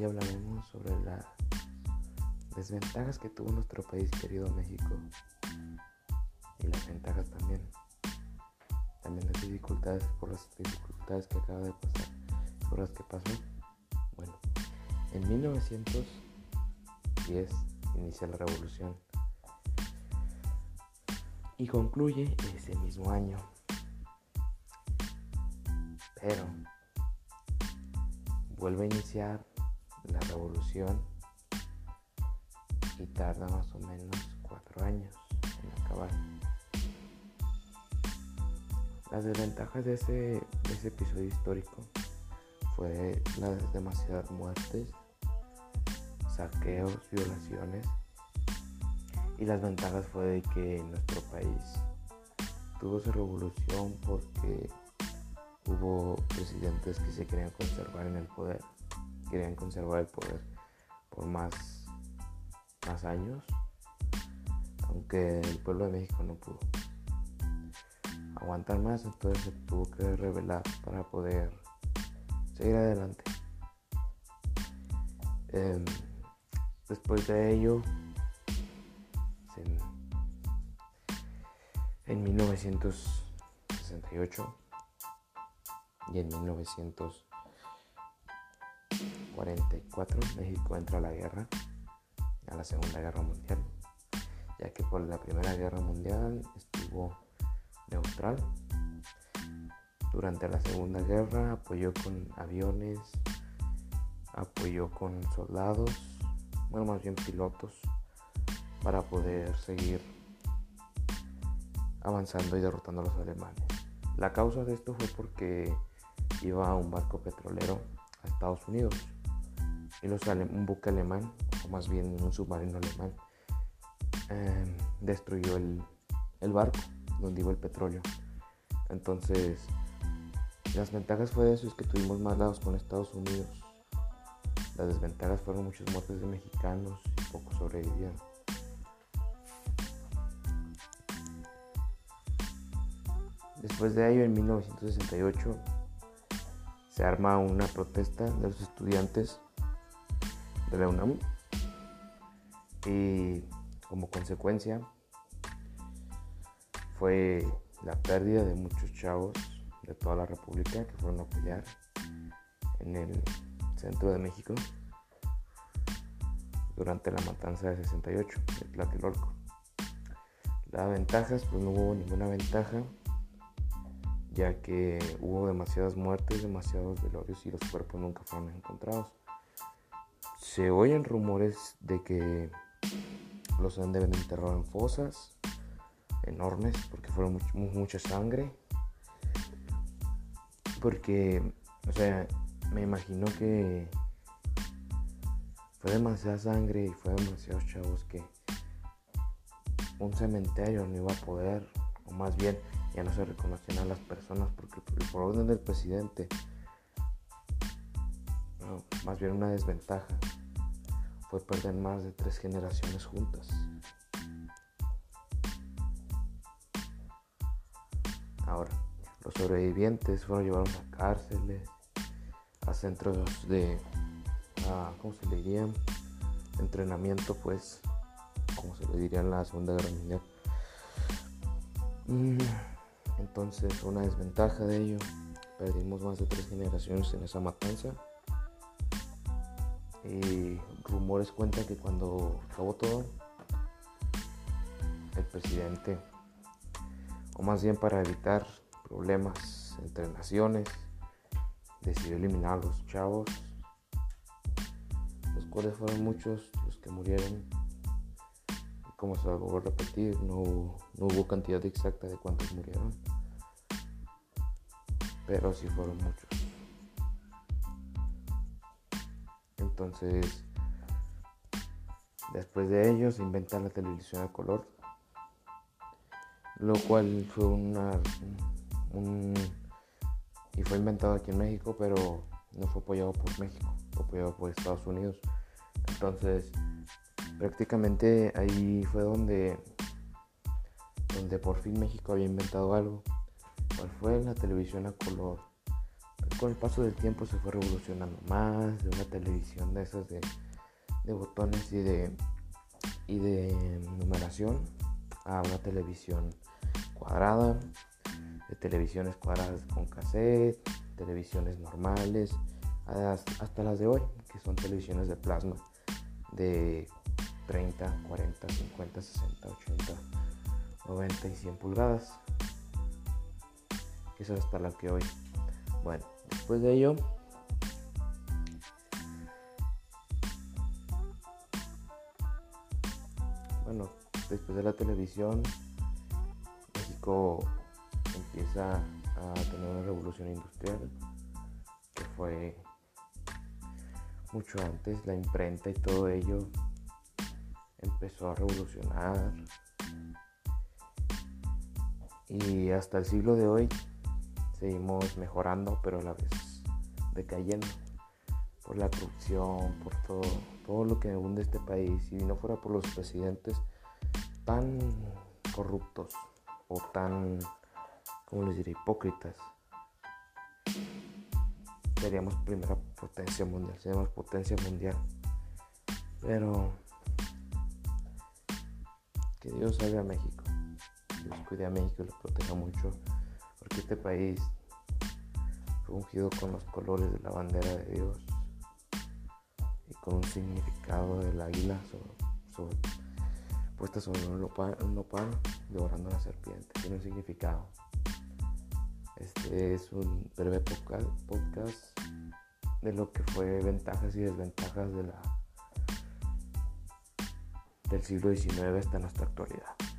Hoy hablaremos sobre las desventajas que tuvo nuestro país querido México y las ventajas también las dificultades, por las dificultades que acaba de pasar, por las que pasó. Bueno, en 1910 inicia la revolución y concluye ese mismo año, pero vuelve a iniciar la revolución y tarda más o menos 4 años en acabar. Las desventajas de ese episodio histórico fue las demasiadas muertes, saqueos, violaciones, y las ventajas fue de que nuestro país tuvo su revolución porque hubo presidentes que se querían conservar en el poder, querían conservar el poder por más años, aunque el pueblo de México no pudo aguantar más, entonces se tuvo que rebelar para poder seguir adelante. Después de ello, en 1968 y en 1944 México entra a la Segunda Guerra Mundial, ya que por la Primera Guerra Mundial estuvo neutral. Durante la Segunda Guerra apoyó con aviones, apoyó con soldados, más bien pilotos, para poder seguir avanzando y derrotando a los alemanes. La causa de esto fue porque iba un barco petrolero a Estados Unidos y un buque alemán, o más bien un submarino alemán, destruyó el barco donde iba el petróleo. Entonces, las ventajas fue eso, es que tuvimos más lados con Estados Unidos. Las desventajas fueron muchas muertes de mexicanos y pocos sobrevivieron. Después de ello, en 1968, se arma una protesta de los estudiantes de la UNAM y como consecuencia fue la pérdida de muchos chavos de toda la república que fueron a apoyar en el centro de México durante la matanza de 68 de Tlatelolco. Las ventajas, pues no hubo ninguna ventaja, ya que hubo demasiadas muertes, demasiados velorios y los cuerpos nunca fueron encontrados. Se oyen rumores de que los han de haber enterrado en fosas enormes porque fueron mucha sangre, porque, me imagino que fue demasiada sangre y fue demasiados chavos que un cementerio no iba a poder, o más bien ya no se reconocían a las personas porque por orden del presidente, más bien una desventaja fue perder más de 3 generaciones juntas. Ahora, los sobrevivientes fueron llevados a cárceles, a centros de, ¿cómo se le diría? Entrenamiento, pues, como se le diría en la Segunda Guerra Mundial. Entonces, una desventaja de ello, perdimos más de 3 generaciones en esa matanza. Y rumores cuentan que cuando acabó todo, el presidente, o más bien para evitar problemas entre naciones, decidió eliminar a los chavos, los cuales fueron muchos los que murieron. Como se volvió a repetir, no hubo cantidad exacta de cuántos murieron, pero sí fueron muchos. Entonces, después de ello se inventa la televisión a color, lo cual fue y fue inventado aquí en México, pero no fue apoyado por México, fue apoyado por Estados Unidos. Entonces, prácticamente ahí fue donde por fin México había inventado algo, cual fue la televisión a color, el con el paso del tiempo se fue revolucionando más, de una televisión de esas de botones y de numeración a una televisión cuadrada, de televisiones cuadradas con cassette, televisiones normales, hasta las de hoy, que son televisiones de plasma de 30, 40, 50, 60, 80, 90 y 100 pulgadas. Esa es hasta la que hoy. Bueno, después de ello, después de la televisión, México empieza a tener una revolución industrial, que fue mucho antes. La imprenta y todo ello empezó a revolucionar, y hasta el siglo de hoy seguimos mejorando, pero a la vez decayendo por la corrupción, por todo lo que hunde este país. Si no fuera por los presidentes tan corruptos o tan, ¿cómo les diré?, hipócritas, seríamos primera potencia mundial, seríamos potencia mundial. Pero que Dios salve a México, Dios cuide a México y lo proteja mucho, porque este país fue ungido con los colores de la bandera de Dios y con un significado del águila puesta sobre un nopal devorando a la serpiente. Tiene un significado. Este es un breve podcast de lo que fue ventajas y desventajas del siglo XIX hasta nuestra actualidad.